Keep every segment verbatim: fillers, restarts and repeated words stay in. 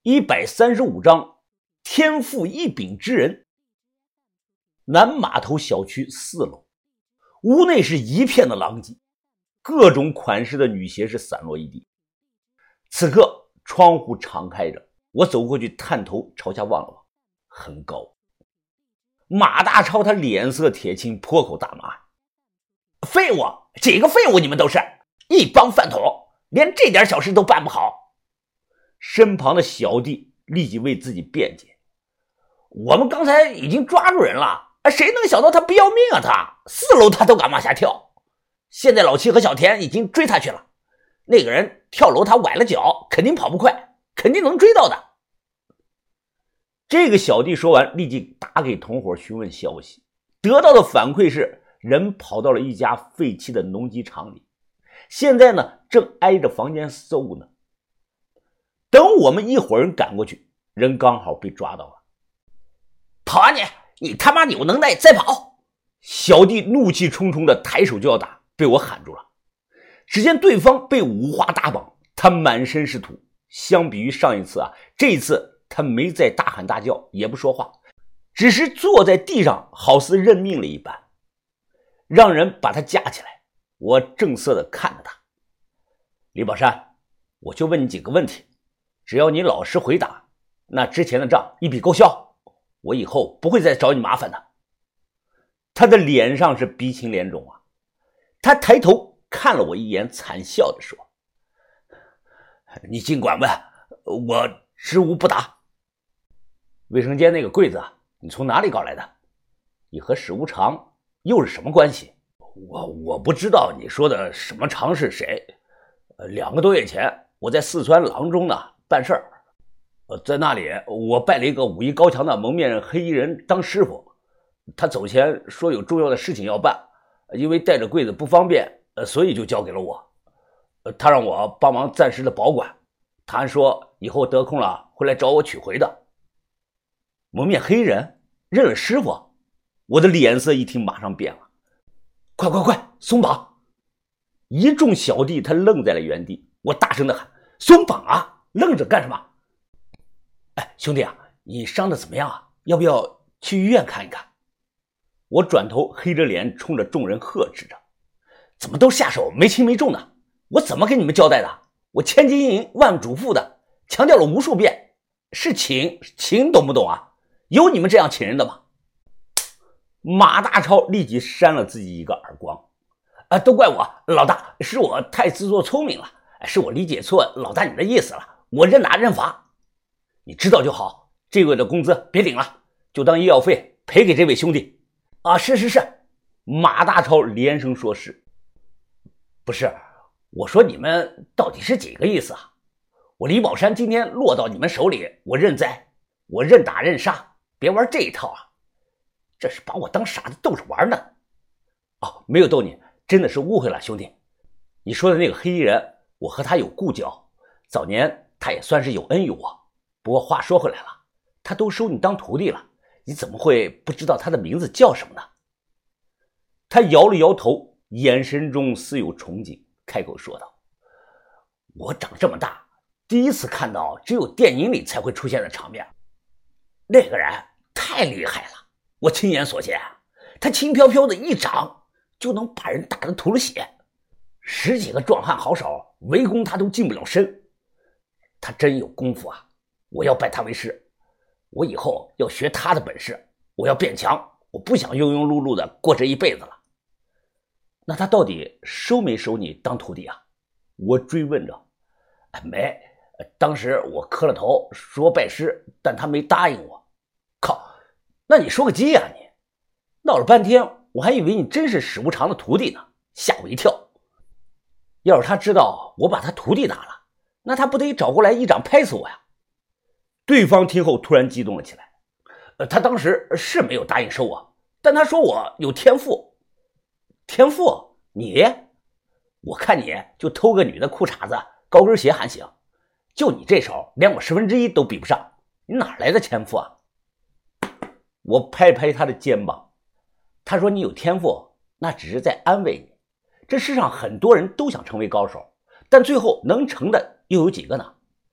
一百三十五章天赋异禀之人。南码头小区四楼，屋内是一片的狼藉，各种款式的女鞋是散落一地。此刻窗户敞开着，我走过去探头朝下望了望，很高。马大超他脸色铁青，破口大骂：废物，几个废物你们都是，一帮饭桶，连这点小事都办不好。身旁的小弟立即为自己辩解：我们刚才已经抓住人了，谁能想到他不要命啊，他四楼他都敢往下跳。现在老七和小田已经追他去了，那个人跳楼他崴了脚，肯定跑不快，肯定能追到的。这个小弟说完，立即打给同伙询问消息，得到的反馈是人跑到了一家废弃的农机厂里，现在呢正挨着房间搜呢。等我们一伙人赶过去，人刚好被抓到了。跑啊你，你他妈有能耐再跑！小弟怒气冲冲的抬手就要打，被我喊住了。只见对方被五花大绑，他满身是土，相比于上一次啊，这一次他没再大喊大叫，也不说话，只是坐在地上，好似认命了一般。让人把他架起来，我正色的看着他。李宝山，我就问你几个问题，只要你老实回答，那之前的账一笔勾销，我以后不会再找你麻烦的。他的脸上是鼻青脸肿啊，他抬头看了我一眼，惨笑着说：你尽管问，我知无不答。卫生间那个柜子啊，你从哪里搞来的？你和史无常又是什么关系？我我不知道你说的什么常是谁。呃，两个多月前我在四川阆中呢办事儿，呃，在那里我拜了一个武艺高强的蒙面黑衣人当师傅。他走前说有重要的事情要办，因为带着柜子不方便，呃，所以就交给了我。呃，他让我帮忙暂时的保管，他还说以后得空了会来找我取回的。蒙面黑人认了师傅，我的脸色一听马上变了。快快快，松绑！一众小弟他愣在了原地，我大声的喊：松绑啊，愣着干什么？哎，兄弟啊，你伤的怎么样啊？要不要去医院看一看？我转头黑着脸冲着众人呵斥着：怎么都下手没轻没重的？我怎么跟你们交代的？我千金银万嘱咐的，强调了无数遍，是请请，懂不懂啊？有你们这样请人的吗？马大超立即扇了自己一个耳光。啊，都怪我，老大，是我太自作聪明了，是我理解错老大你的意思了，我认打认罚。你知道就好，这个月的工资别领了，就当医药费赔给这位兄弟。啊，是是是，马大超连声说是。不是，我说你们到底是几个意思啊？我李宝山今天落到你们手里，我认栽，我认打认杀，别玩这一套啊！这是把我当傻子逗着玩呢。哦，没有逗你，真的是误会了，兄弟。你说的那个黑衣人，我和他有故交，早年他也算是有恩于我。不过话说回来了，他都收你当徒弟了，你怎么会不知道他的名字叫什么呢？他摇了摇头，眼神中似有憧憬，开口说道：我长这么大，第一次看到只有电影里才会出现的场面。那个人太厉害了，我亲眼所见，他轻飘飘的一掌就能把人打得吐了血，十几个壮汉好手围攻他都近不了身。他真有功夫啊，我要拜他为师，我以后要学他的本事，我要变强，我不想庸庸碌碌的过这一辈子了。那他到底收没收你当徒弟啊？我追问着。没，当时我磕了头说拜师，但他没答应我。靠，那你说个鸡啊你！闹了半天我还以为你真是史无常的徒弟呢，吓我一跳。要是他知道我把他徒弟打了，那他不得找过来一掌拍死我呀？对方听后突然激动了起来。呃，他当时是没有答应收我，但他说我有天赋。天赋？你？我看你就偷个女的裤衩子高跟鞋还行，就你这手连我十分之一都比不上，你哪来的天赋啊？我拍拍他的肩膀，他说你有天赋那只是在安慰你，这世上很多人都想成为高手，但最后能成的又有几个呢？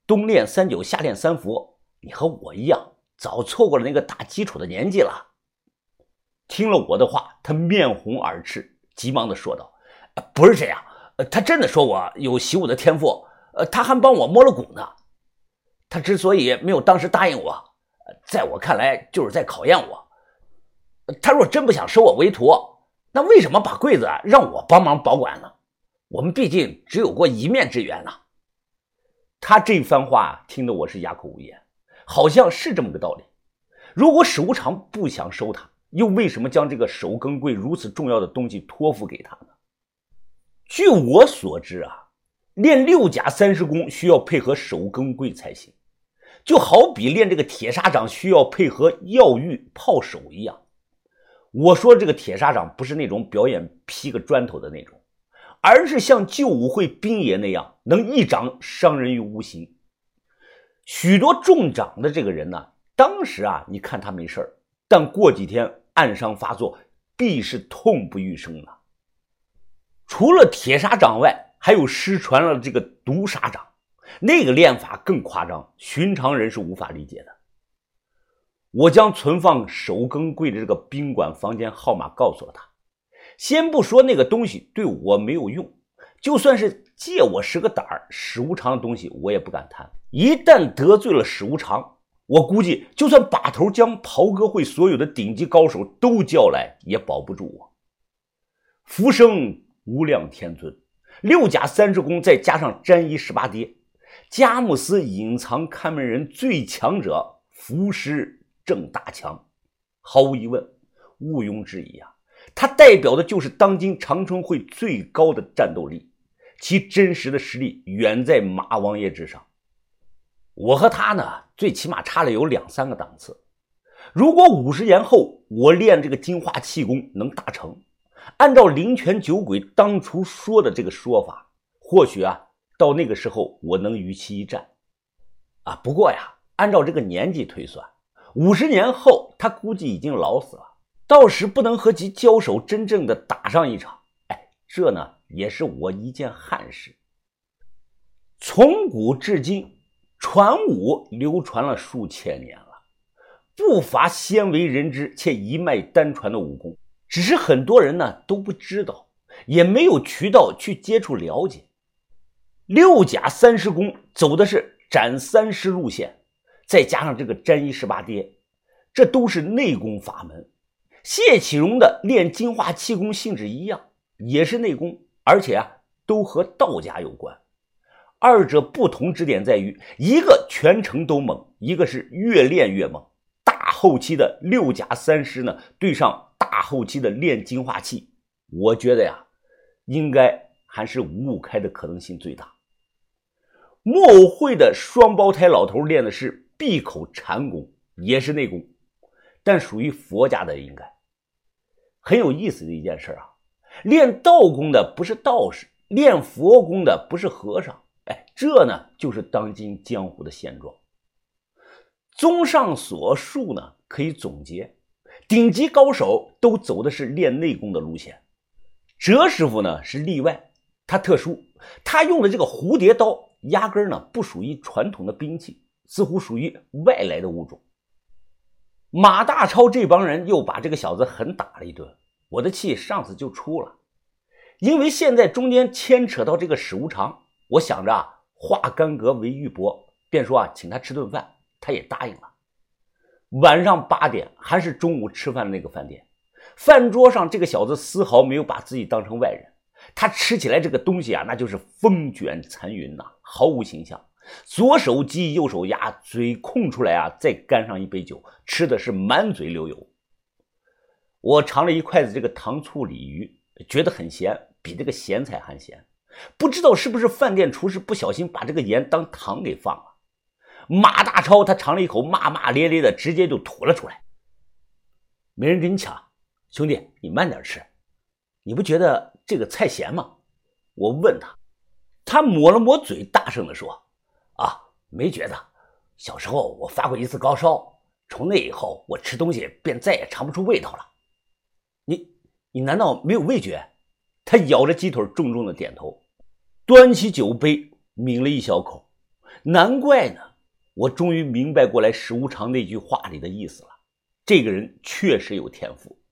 冬练三九，夏练三伏，你和我一样，早错过了那个打基础的年纪了。听了我的话，他面红耳赤，急忙地说道：“不是这样，他真的说我有习武的天赋，他还帮我摸了骨呢。他之所以没有当时答应我，在我看来就是在考验我。他若真不想收我为徒，那为什么把柜子让我帮忙保管呢？我们毕竟只有过一面之缘呢。”他这番话听得我是哑口无言，好像是这么个道理。如果史无常不想收他，又为什么将这个手更柜如此重要的东西托付给他呢？据我所知啊，练六甲三十功需要配合手更柜才行，就好比练这个铁砂掌需要配合药浴泡手一样。我说这个铁砂掌不是那种表演劈个砖头的那种，而是像旧武会兵爷那样能一掌伤人于无形。许多中掌的这个人呢，当时啊你看他没事儿，但过几天暗伤发作，必是痛不欲生的。除了铁砂掌外，还有失传了这个毒砂掌，那个练法更夸张，寻常人是无法理解的。我将存放手更柜的这个宾馆房间号码告诉了他。先不说那个东西对我没有用，就算是借我十个胆儿，史无常的东西我也不敢谈。一旦得罪了史无常，我估计就算把头将袍哥会所有的顶级高手都叫来，也保不住我。浮生无量天尊，六甲三十功再加上沾衣十八跌，佳木斯隐藏看门人最强者，伏尸正大强，毫无疑问，毋庸置疑啊！它代表的就是当今长春会最高的战斗力，其真实的实力远在马王爷之上。我和他呢，最起码差了有两三个档次。如果五十年后我练这个金化气功能大成，按照灵泉酒鬼当初说的这个说法，或许啊，到那个时候我能与其一战啊。不过呀，按照这个年纪推算，五十年后他估计已经老死了，到时不能和其交手，真正的打上一场，哎，这呢也是我一件憾事。从古至今，传武流传了数千年了，不乏鲜为人知且一脉单传的武功，只是很多人呢都不知道，也没有渠道去接触了解。六甲三十功走的是斩三尸路线，再加上这个沾衣十八跌，这都是内功法门。谢启荣的练金化气功性质一样，也是内功，而且啊都和道家有关。二者不同之点在于，一个全程都猛，一个是越练越猛。大后期的六甲三尸呢，对上大后期的练金化气，我觉得呀，应该还是五五开的可能性最大。木偶会的双胞胎老头练的是闭口禅功，也是内功，但属于佛家的应该。很有意思的一件事啊，练道功的不是道士，练佛功的不是和尚。哎，这呢就是当今江湖的现状。综上所述呢，可以总结，顶级高手都走的是练内功的路线。哲师傅呢是例外，他特殊，他用的这个蝴蝶刀压根呢不属于传统的兵器，似乎属于外来的物种。马大超这帮人又把这个小子狠打了一顿，我的气上次就出了。因为现在中间牵扯到这个史无常，我想着啊化干戈为玉帛，便说啊请他吃顿饭，他也答应了。晚上八点还是中午吃饭的那个饭店，饭桌上这个小子丝毫没有把自己当成外人，他吃起来这个东西啊那就是风卷残云呐、啊，毫无形象。左手鸡右手鸭，嘴空出来啊再干上一杯酒，吃的是满嘴流油。我尝了一筷子这个糖醋鲤鱼，觉得很咸，比这个咸菜还咸。不知道是不是饭店厨师不小心把这个盐当糖给放了。马大超他尝了一口，骂骂咧咧的直接就吐了出来。没人跟你抢，兄弟你慢点吃，你不觉得这个菜咸吗？我问他，他抹了抹嘴，大声地说，啊没觉得，小时候我发过一次高烧，从那以后我吃东西便再也尝不出味道了。你你难道没有味觉？他咬着鸡腿重重的点头，端起酒杯抿了一小口， 难怪呢，我终于明白过来石无常那句话里的意思了，这个人确实有天赋。